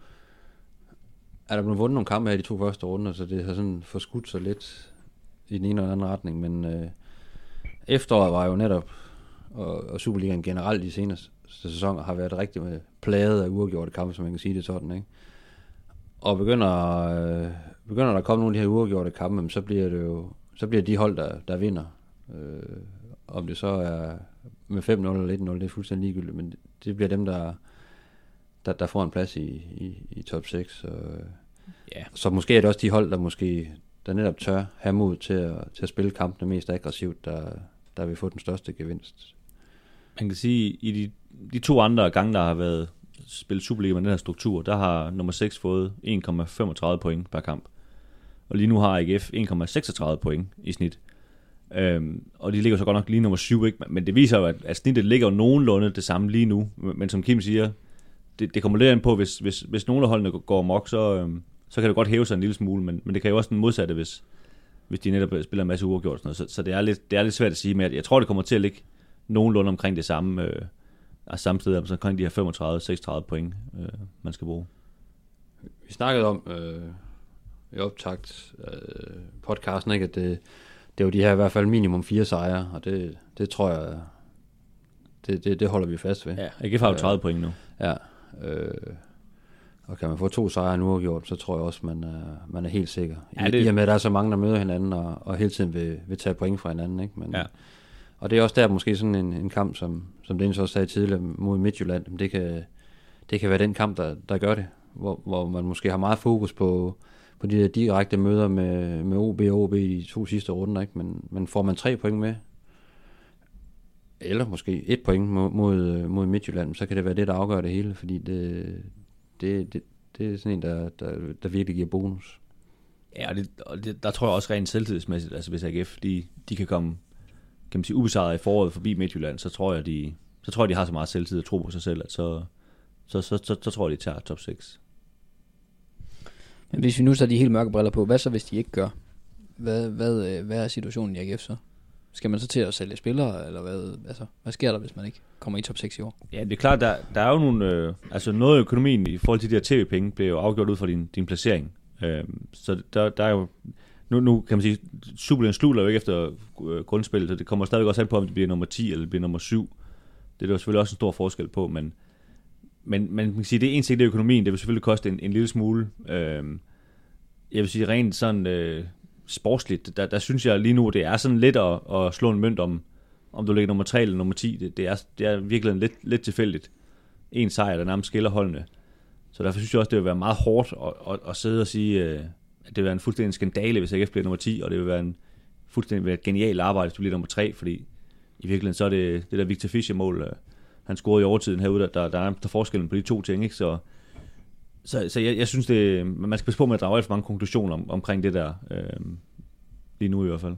er der blevet vundet nogle kampe her i de to første runder, så det har sådan forskudt sig lidt i den ene og den anden retning, men øh, efteråret var jo netop, og, og Superligaen generelt de seneste sæsoner har været rigtig med plaget af uafgjorte kampe, som man kan sige det sådan, ikke? Og begynder, øh, begynder der at komme nogle af de her uafgjorte kampe, så bliver det jo, så bliver de hold, der, der vinder. Øh, om det så er med fem nul eller et nul, det er fuldstændig ligegyldigt, men det, det bliver dem, der Der, der får en plads i, i, i top seks. Og, yeah. Så måske er det også de hold, der måske der netop tør have mod til at, til at spille kampene mest aggressivt, der, der vil få den største gevinst. Man kan sige, i de, de to andre gange, der har været spillet Superliga med den her struktur, der har nummer seks fået en komma femogtredive point per kamp. Og lige nu har A G F en komma seksogtredive point i snit. Øhm, og de ligger så godt nok lige nummer syv, ikke? Men det viser jo, at, at snittet ligger jo nogenlunde det samme lige nu. Men som Kim siger, Det, det kommer lidt an på, hvis, hvis, hvis nogle af holdene går amok, så, øhm, så kan det godt hæve sig en lille smule, men, men det kan jo også den modsatte, hvis, hvis de netop spiller en masse uafgjort og sådan noget. Så, så det, er lidt, det er lidt svært at sige, men jeg, jeg tror, det kommer til at ligge nogenlunde omkring det samme, øh, altså samtidig altså omkring de her femogtredive til seksogtredive point, øh, man skal bruge. Vi snakkede om øh, i optakt øh, podcasten, ikke, at det, det er jo de her i hvert fald minimum fire sejre, og det, det tror jeg, det, det, det holder vi fast ved. Ja, A G F har jo tredive point nu. Ja. Øh, Og kan man få to sejre nu uafgjort, så tror jeg også, man er, man er helt sikker. I, ja, det... I og med, at der er så mange, der møder hinanden, og, og hele tiden vil, vil tage point fra hinanden. Ikke? Men, ja. Og det er også der måske sådan en, en kamp, som, som Dennis også sagde tidligere mod Midtjylland. Det kan, det kan være den kamp, der, der gør det. Hvor, hvor man måske har meget fokus på, på de der direkte møder med, med O B og O B i de to sidste runder. Ikke? Men, men får man tre point med, eller måske et point mod, mod, mod Midtjylland, så kan det være det, der afgør det hele. Fordi det, det, det, det er sådan en, der, der, der virkelig giver bonus. Ja, og, det, og det, der tror jeg også rent selvtidsmæssigt, altså hvis A G F, de, de kan komme, kan man sige, ubesejret i foråret forbi Midtjylland, så tror jeg, de, så tror jeg, de har så meget selvtid at tro på sig selv, at så, så, så, så, så tror jeg, de tager top seks. Men hvis vi nu tager de helt mørke briller på, hvad så hvis de ikke gør? Hvad, hvad, hvad er situationen i A G F så? Skal man så til at sælge spillere, eller hvad, altså, hvad sker der, hvis man ikke kommer i top seks i år? Ja, det er klart, der, der er jo nogle, øh, altså noget af økonomien i forhold til de her tv-penge, bliver jo afgjort ud fra din, din placering. Øh, så der, der er jo, nu, nu kan man sige, Superligaen slutter jo ikke efter øh, grundspillet, så det kommer stadigvæk også an på, om det bliver nummer ti eller det bliver nummer syv. Det er der jo selvfølgelig også en stor forskel på, men, men, men man kan sige, det er en ting, det er økonomien, det vil selvfølgelig koste en, en lille smule. Øh, jeg vil sige, rent sådan øh, sportsligt, der, der synes jeg lige nu, det er sådan lidt at, at slå en mønt om, om du ligger nummer tre eller nummer ti. Det, det, er, det er virkelig lidt, lidt tilfældigt. En sejr, der nærmest skiller holdene. Så derfor synes jeg også, det vil være meget hårdt at, at, at sidde og sige, at det vil være en fuldstændig skandale, hvis A G F bliver nummer ti, og det vil være en fuldstændig være et genialt arbejde, hvis du bliver nummer tre, fordi i virkeligheden så er det det der Victor Fischer-mål, han scorede i overtiden herude, der, der, der er der forskellen på de to ting, ikke? Så, så, så jeg, jeg synes, det, man skal passe på med at drage alt for mange konklusioner om, omkring det der, øh, lige nu i hvert fald.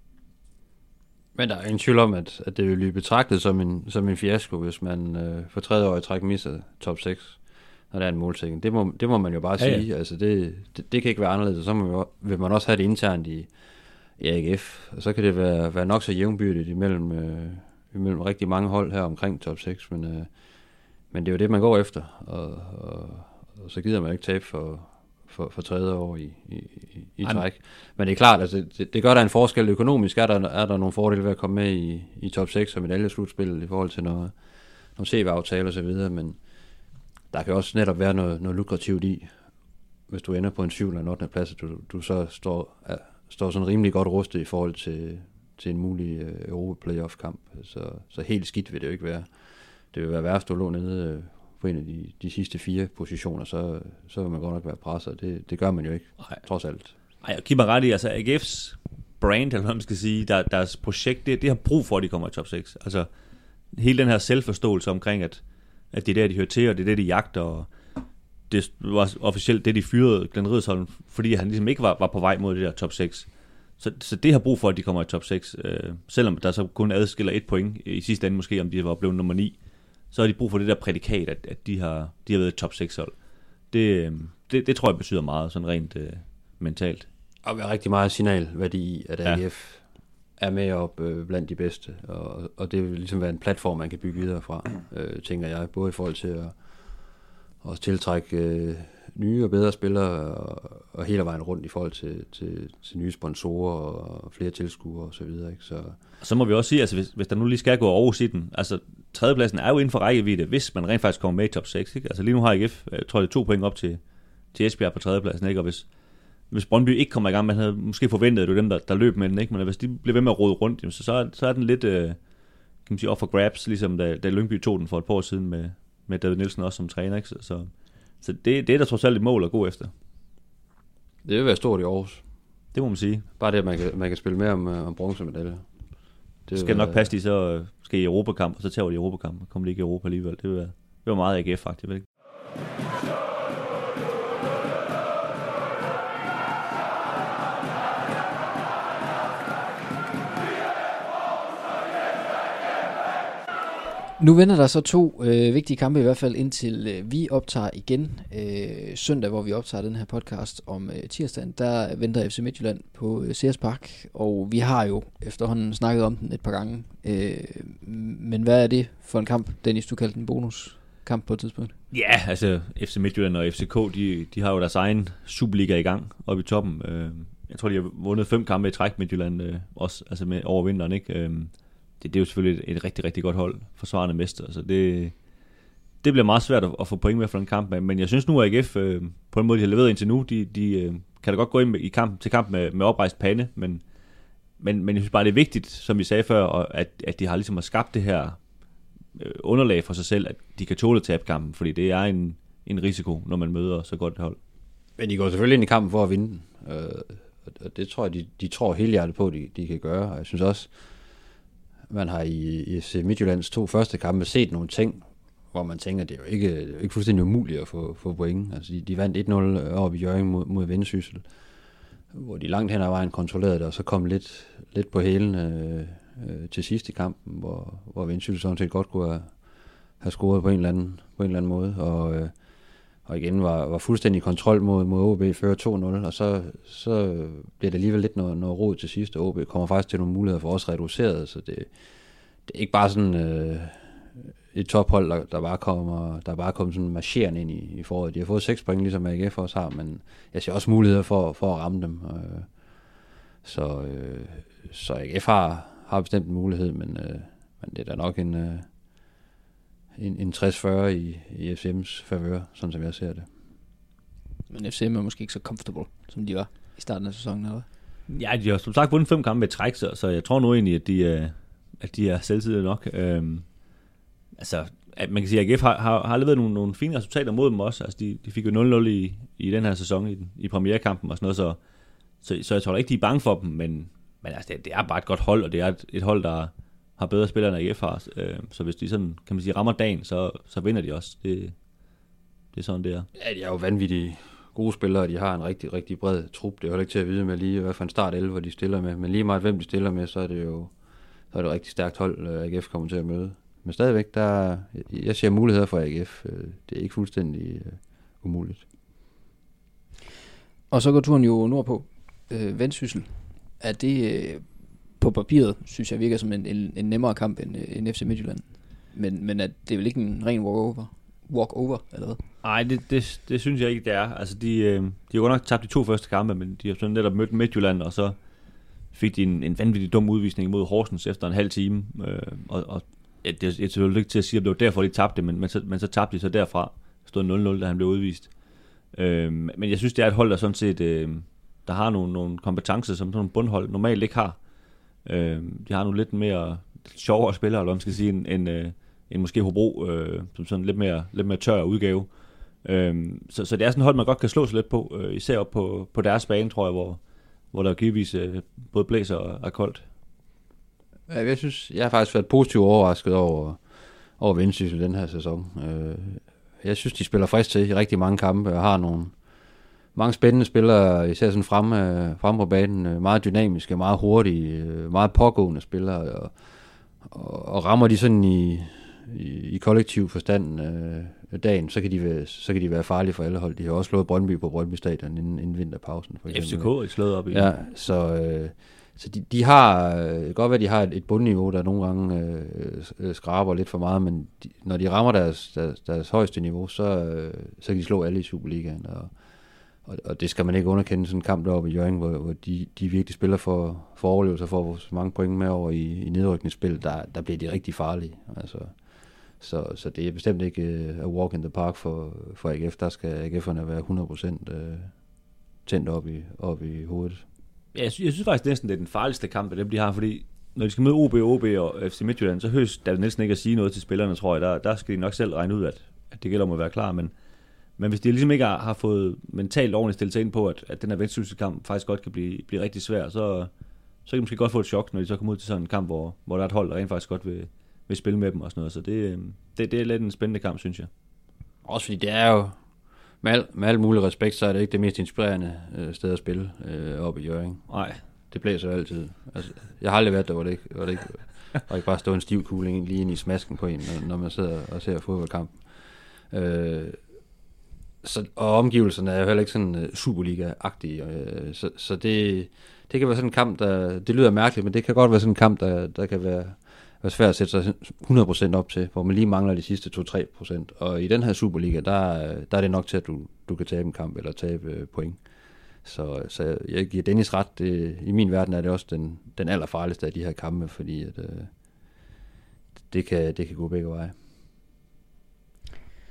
Men der er ingen tvivl om, at, at det vil blive betragtet som en, som en fiasko, hvis man øh, for tredje år i træk misser top seks, når der er en målsætning. Det må, det må man jo bare ja, sige. Ja. Altså det, det, det kan ikke være anderledes. Så må man, vil man også have det internt i, i A G F. Og så kan det være, være nok så jævnbyrdigt imellem, øh, imellem rigtig mange hold her omkring top seks. Men, øh, men det er jo det, man går efter. Og, og, og så gider man ikke tabe for, for, for tredje år i, i, i, i træk. Men det er klart, altså, det, det gør der en forskel økonomisk. Er der, er der nogle fordele ved at komme med i, i top seks og medaljeslutspillet i forhold til noget, nogle C V-aftaler og så videre, men der kan også netop være noget, noget lukrativt i, hvis du ender på en syvende eller ottende plads, at du, du så står, er, står sådan rimelig godt rustet i forhold til, til en mulig uh, Europa-playoff-kamp. Så, så helt skidt vil det jo ikke være. Det vil være værst, at du lå nede uh, på en af de, de sidste fire positioner, så, så vil man godt nok være presset. Det, det gør man jo ikke, Ej. trods alt. Ej, jeg giver mig ret i, altså A G F's brand, eller hvad man skal sige, der, deres projekt, det, det har brug for, at de kommer i top seks. Altså, hele den her selvforståelse omkring, at at det er der, de hører til, og det er det, de jagter, og det var officielt det, de fyrede Glenn Riddersholm, fordi han ligesom ikke var, var på vej mod det der top seks. Så, så det har brug for, at de kommer i top seks, øh, selvom der så kun adskiller et point i sidste ende, måske om de var blevet nummer ni, så har de brug for det der prædikat, at, at de, har, de har været et top seks hold. Det, det, det tror jeg betyder meget, sådan rent øh, mentalt. Og der er rigtig meget signalværdi i, at A G F ja. er med op øh, blandt de bedste, og, og det vil ligesom være en platform, man kan bygge videre fra, øh, tænker jeg, både i forhold til at, at tiltrække øh, nye og bedre spillere, og, og hele vejen rundt i forhold til, til, til nye sponsorer og flere tilskuere og så videre. Ikke? Så, så må vi også sige, altså hvis, hvis der nu lige skal gå over i den, altså tredjepladsen er jo inden for rækkevidde, hvis man rent faktisk kommer med i top seks. Ikke? Altså lige nu har A G F, jeg tror det er to point op til, til Esbjerg på tredjepladsen, ikke? Og hvis Hvis Brøndby ikke kommer i gang, man havde måske forventet, at det var dem, der, der løb med den, ikke? Men hvis de bliver ved med at rode rundt, jamen, så, så, er, så er den lidt øh, kan man sige, off for grabs, ligesom da, da Lyngby tog den for et par år siden med, med David Nielsen også som træner. Ikke? Så, så, så det, det er der trods alt et mål at gå efter. Det vil være stort i Aarhus. Det må man sige. Bare det, at man kan, man kan spille mere om, om bronzemedalje. Det skal nok passe, de så skal i Europakamp, og så tager de i Europakamp, og kommer de ikke i Europa alligevel. Det vil være, det var meget A G F faktisk, ikke? Nu vender der så to øh, vigtige kampe i hvert fald, indtil øh, vi optager igen øh, søndag, hvor vi optager den her podcast om øh, tirsdagen. Der venter F C Midtjylland på øh, Sears Park, og vi har jo efterhånden snakket om den et par gange. Øh, men hvad er det for en kamp, Dennis, du kaldte en bonuskamp på et tidspunkt? Ja, altså F C Midtjylland og F C K, de, de har jo deres egen Superliga i gang oppe i toppen. Øh, jeg tror, de har vundet fem kampe i træk, Midtjylland, øh, også altså med, over vinteren, ikke? Øh, Det, det er jo selvfølgelig et, et rigtig, rigtig godt hold, forsvarende mester, så det, det bliver meget svært at, at få point med for den kamp, men jeg synes nu, at A G F øh, på den måde, de har leveret indtil nu, de, de øh, kan da godt gå ind med, i kamp, til kamp med, med oprejst pande, men, men, men jeg synes bare, det er vigtigt, som vi sagde før, at, at de har ligesom skabt det her øh, underlag for sig selv, at de kan tåle at tabe kampen, fordi det er en, en risiko, når man møder så godt et hold. Men de går selvfølgelig ind i kampen for at vinde den, øh, og det tror jeg, de, de tror helhjertet på, at de, de kan gøre, og jeg synes også, man har i, i F C Midtjyllands to første kampe set nogle ting, hvor man tænker, det er jo ikke, det er jo ikke fuldstændig umuligt at få, få point. Altså, de, de vandt et nul op i Hjørring mod, mod Vendsyssel, hvor de langt hen ad vejen kontrollerede det, og så kom lidt, lidt på hælen øh, øh, til sidst i kampen, hvor, hvor Vendsyssel sådan set godt kunne have, have scoret på en eller anden, på en eller anden måde, og, øh, og igen var, var fuldstændig kontrol mod, mod O B, fører to nul, og så, så bliver det alligevel lidt noget, noget rod til sidst, og O B kommer faktisk til nogle muligheder for os reduceret, så det, det er ikke bare sådan øh, et tophold, der, der bare kommer, der bare kommer sådan marcherende ind i, i foråret. De har fået seks point, ligesom A G F også har, men jeg ser også muligheder for, for at ramme dem. Øh, så, øh, så A G F har, har bestemt en mulighed, men, øh, men det er da nok en, øh, en, en tres fyrre i, i F C M's favør, sådan som jeg ser det. Men F C M er måske ikke så comfortable, som de var i starten af sæsonen, eller? Ja, de har som sagt vundet fem kampe med træk, så, så jeg tror nu egentlig, at de er, at de er selvtidige nok. Øhm, altså, at man kan sige, at A G F har, har, har leveret nogle, nogle fine resultater mod dem også. Altså, de, de fik jo nul nul i, i den her sæson, i, i premierkampen og sådan noget, så, så, så jeg tror ikke, de er bange for dem, men, men altså, det, det er bare et godt hold, og det er et, et hold, der har bedre spillere end A G F har. Øhm, så hvis de sådan, kan man sige, rammer dagen, så, så vinder de også. Det, det er sådan, det er. Ja, de er jo vanvittige gode spillere, de har en rigtig, rigtig bred trup. Det er jo ikke til at vide med lige, hvad for en start elleve de stiller med, men lige meget hvem de stiller med, så er det jo så er det et rigtig stærkt hold, A G F kommer til at møde. Men stadigvæk, der, jeg ser muligheder for A G F. Det er ikke fuldstændig uh, umuligt. Og så går turen jo nordpå. Øh, Vendsyssel. Er det øh, på papiret, synes jeg, virker som en, en, en nemmere kamp end, end F C Midtjylland. Men, men at det er vel ikke en ren walk-over? Walk-over, eller hvad? Nej, det, det, det synes jeg ikke, det er. Altså, de, øh, de har godt nok tabt de to første kampe, men de har sådan netop mødt Midtjylland, og så fik de en, en vanvittig dum udvisning mod Horsens efter en halv time. Øh, og, og ja, det er selvfølgelig ikke til at sige, at det var derfor, de tabte, men, men, så, men så tabte de så derfra. Stod nul nul, da han blev udvist. Øh, men jeg synes, det er et hold, der sådan set, øh, der har nogle, nogle kompetencer, som sådan nogle bundhold normalt ikke har. Øh, de har nogle lidt mere sjovere spillere, eller hvad man skal sige, end, end, øh, end måske Hobro, øh, som sådan lidt mere, lidt mere tør udgave. Øh, så, så det er sådan et hold, man godt kan slå sig lidt på, øh, især op på, på deres bane, tror jeg, hvor hvor der givetvis øh, både blæser og er koldt. Ja, jeg synes, jeg har faktisk været positivt overrasket over, over Vendsyssel den her sæson. Øh, jeg synes, de spiller frisk til i rigtig mange kampe, og har nogle mange spændende spillere, især sådan fremme, fremme på banen, meget dynamiske, meget hurtige, meget pågående spillere, og, og, og rammer de sådan i, i, i kollektiv forstand øh, dagen, så kan, de være, så kan de være farlige for alle hold. De har også slået Brøndby på Brøndby Stadion inden, inden vinterpausen. For F C K er slået op i. Ja, så, øh, så de, de har, øh, godt være, de har et, et bundniveau, der nogle gange øh, skraber lidt for meget, men de, når de rammer deres, deres, deres højeste niveau, så, øh, så kan de slå alle i Superligaen, og, og, og det skal man ikke underkende, sådan en kamp deroppe i Hjørring, hvor, hvor de, de virkelig spiller for, for overlevelse, for så mange point med over i, i nedrykningsspil, der, der bliver de rigtig farlige, altså. Så, så det er bestemt ikke uh, a walk in the park for, for A G F. Der skal A G F'erne være hundrede procent uh, tændt op i, op i hovedet. Ja, jeg, synes, jeg synes faktisk næsten, det er den farligste kamp af dem, de har, fordi når de skal møde O B, O B og F C Midtjylland, så høres der næsten ikke at sige noget til spillerne, tror jeg. Der, der skal de nok selv regne ud, at, at det gælder om at være klar, men, men hvis de ligesom ikke har, har fået mentalt ordentligt stillet sig ind på, at, at den her Vendsyssel-kamp faktisk godt kan blive, blive rigtig svær, så, så kan de måske godt få et chok, når de så kommer ud til sådan en kamp, hvor, hvor der er et hold, der rent faktisk godt vil vil spille med dem og sådan noget, så det, det, det er lidt en spændende kamp, synes jeg. Også fordi det er jo, med al, med al mulig respekt, så er det ikke det mest inspirerende øh, sted at spille øh, oppe i Hjørring. Nej. Det blæser jo altid. Altså, jeg har aldrig været der, hvor det ikke, hvor det ikke, og ikke bare stå en stiv kugle lige ind i smasken på en, når, når man sidder og ser fodboldkampen. Øh, så, og omgivelserne er jo heller ikke sådan uh, Superliga-agtige, øh, så, så det, det kan være sådan en kamp, der, det lyder mærkeligt, men det kan godt være sådan en kamp, der, der kan være er svært at sætte sig hundrede procent op til, hvor man lige mangler de sidste to til tre procent. Og i den her Superliga, der, der er det nok til, at du, du kan tabe en kamp eller tabe point. Så, så jeg giver Dennis ret. Det, i min verden er det også den, den allerfarligste af de her kampe, fordi at, øh, det, kan, det kan gå begge veje.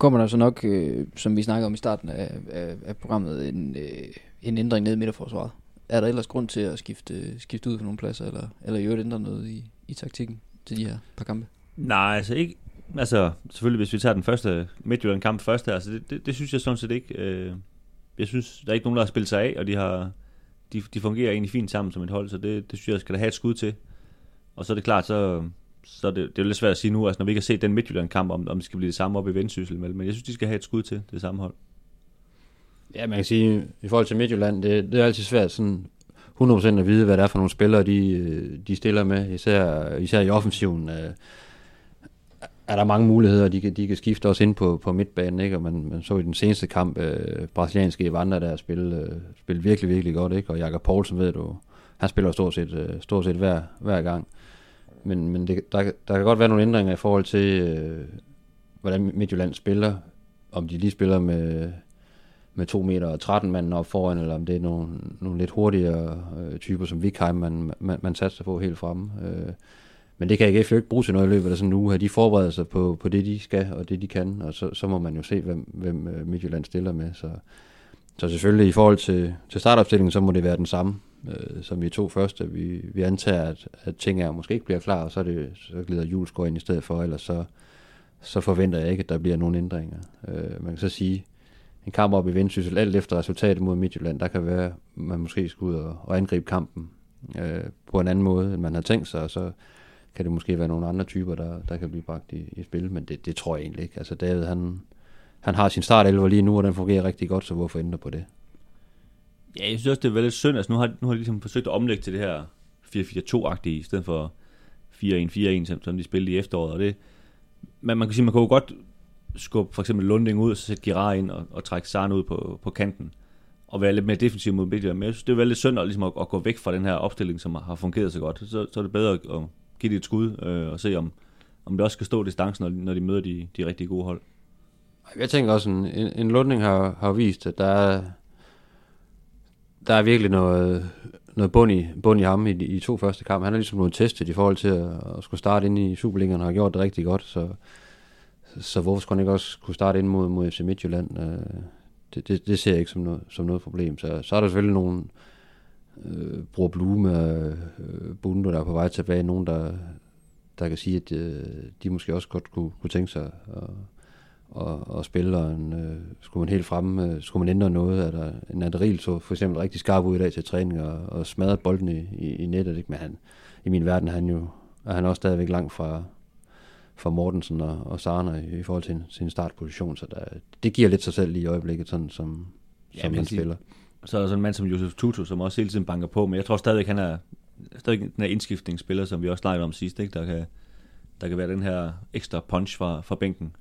kommer der så nok, øh, som vi snakkede om i starten af, af, af programmet, en, øh, en ændring ned i midterforsvaret. Er der ellers grund til at skifte, skifte ud på nogle pladser, eller, eller i øvrigt ændre noget i, i taktikken til de her par kampe? Nej, altså ikke. Altså selvfølgelig, hvis vi tager den første Midtjylland-kamp først her, altså det, det, det synes jeg sådan set ikke. Øh, jeg synes, der er ikke nogen, der har spillet sig af, og de har de, de fungerer egentlig fint sammen som et hold, så det, det synes jeg, skal der have et skud til. Og så er det klart, så, så er det, det er jo lidt svært at sige nu, altså når vi ikke har set den Midtjylland-kamp, om, om det skal blive det samme op i Vendsyssel, men jeg synes, de skal have et skud til det samme hold. Ja, man kan sige, i forhold til Midtjylland, det, det er altid svært sådan hundrede procent at vide, hvad det er for nogle spillere, de, de stiller med, især, især i offensiven. Er der mange muligheder, de kan, de kan skifte også ind på, på midtbanen, ikke? Og man, man så i den seneste kamp, øh, brasilianske Evander, der spille, øh, spille virkelig, virkelig godt, ikke? Og Jakob Poulsen, ved du, han spiller stort set, øh, stort set hver, hver gang. Men, men det, der, der kan godt være nogle ændringer i forhold til, øh, hvordan Midtjylland spiller, om de lige spiller med, med to meter og tretten manden op foran, eller om det er nogle, nogle lidt hurtigere øh, typer, som Vikheim, man, man, man satser på helt fremme. Øh, Men det kan A G F jo ikke bruge til noget i løbet af sådan en uge. De forbereder sig på, på det, de skal, og det, de kan, og så, så må man jo se, hvem, hvem Midtjylland stiller med. Så, så selvfølgelig i forhold til, til startopstillingen, så må det være den samme, øh, som vi to første. Vi, vi antager, at, at ting er måske ikke bliver klar, og så, er det, så glider Julesgaard ind i stedet for, ellers så, så forventer jeg ikke, at der bliver nogen ændringer. Øh, man kan så sige, en kamp op i Vendsyssel, alt efter resultatet mod Midtjylland, der kan være, at man måske skal ud og, og angribe kampen øh, på en anden måde, end man har tænkt sig, og så kan det måske være nogle andre typer, der, der kan blive bragt i, i spil, men det, det tror jeg egentlig ikke. Altså David, han, han har sin startelver lige nu, og den fungerer rigtig godt, så hvorfor ændre på det? Ja, jeg synes også, det er veldig synd. Altså nu har, nu har de ligesom forsøgt at omlægge til det her fire fire to-agtige, i stedet for fire en fire en, som, som de spillede i efteråret, og det, men man kan sige, man kan jo godt skubbe for eksempel Lunding ud, og så sætte Girard ind, og, og trække Sarn ud på, på kanten, og være lidt mere defensiv mod Midtjylland. Men jeg synes, det er veldig synd at, ligesom at, at gå væk fra den her opstilling, som har fungeret så godt. Så, så er det bedre at, at give det et skud, øh, og se om, om det også skal stå distancen, når de, når de møder de, de rigtig gode hold. Jeg tænker også, en, en Lunding har, har vist, at der er, der er virkelig noget, noget bund, i, bund i ham i de i to første kampe. Han er ligesom noget testet i forhold til at, at skulle starte ind i Superligaen, og har gjort det rigtig godt, så, så hvorfor skulle han ikke også kunne starte ind mod, mod F C Midtjylland? Det, det, det ser jeg ikke som noget, som noget problem. Så, så er der selvfølgelig nogle øh, Bror Blume og øh, Bundo, der er på vej tilbage. Nogen, der, der kan sige, at øh, de måske også godt kunne, kunne tænke sig at, at, at spille. Og en, øh, skulle man helt fremme, øh, skulle man ændre noget? Er der en Adderil så for eksempel rigtig skarp ud i dag til træning og, og smadret bolden i, i, i nettet. Ikke? Men han, i min verden er han jo er han også stadigvæk langt fra for Mortensen og, og Sarner i, i forhold til sin, sin startposition, så der, det giver lidt sig selv lige i øjeblikket, sådan som, ja, som han sige, spiller. Så er der sådan en mand som Josef Tutu, som også hele tiden banker på, men jeg tror stadigvæk, han er stadig den her indskiftningsspiller, som vi også snakkede om sidst, ikke? Der, kan, der kan være den her ekstra punch fra, fra bænken.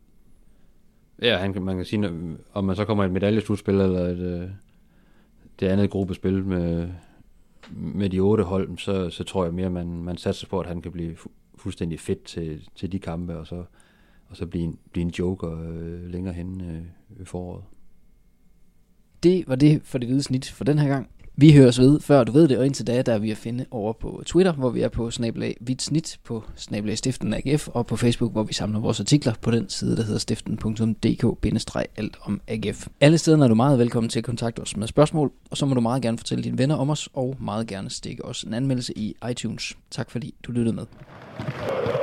Ja, han, man kan sige, om man så kommer et medaljeslutspil, eller et, det andet gruppespil med, med de otte hold, så, så tror jeg mere, man, man satser på, at han kan blive fuldstændig fedt til, til de kampe, og så, og så blive, en, blive en joker øh, længere hen øh, i foråret. Det var det for det hvide snit for den her gang. Vi høres ved, før du ved det, og indtil da, der er vi at finde over på Twitter, hvor vi er på snabel-a hvidt snit, på snabel-a stiften A G F, og på Facebook, hvor vi samler vores artikler på den side, der hedder stiften punktum d k bindestreg alt om A G F. Alle steder er du meget velkommen til at kontakte os med spørgsmål, og så må du meget gerne fortælle dine venner om os, og meget gerne stikke os en anmeldelse i iTunes. Tak fordi du lyttede med.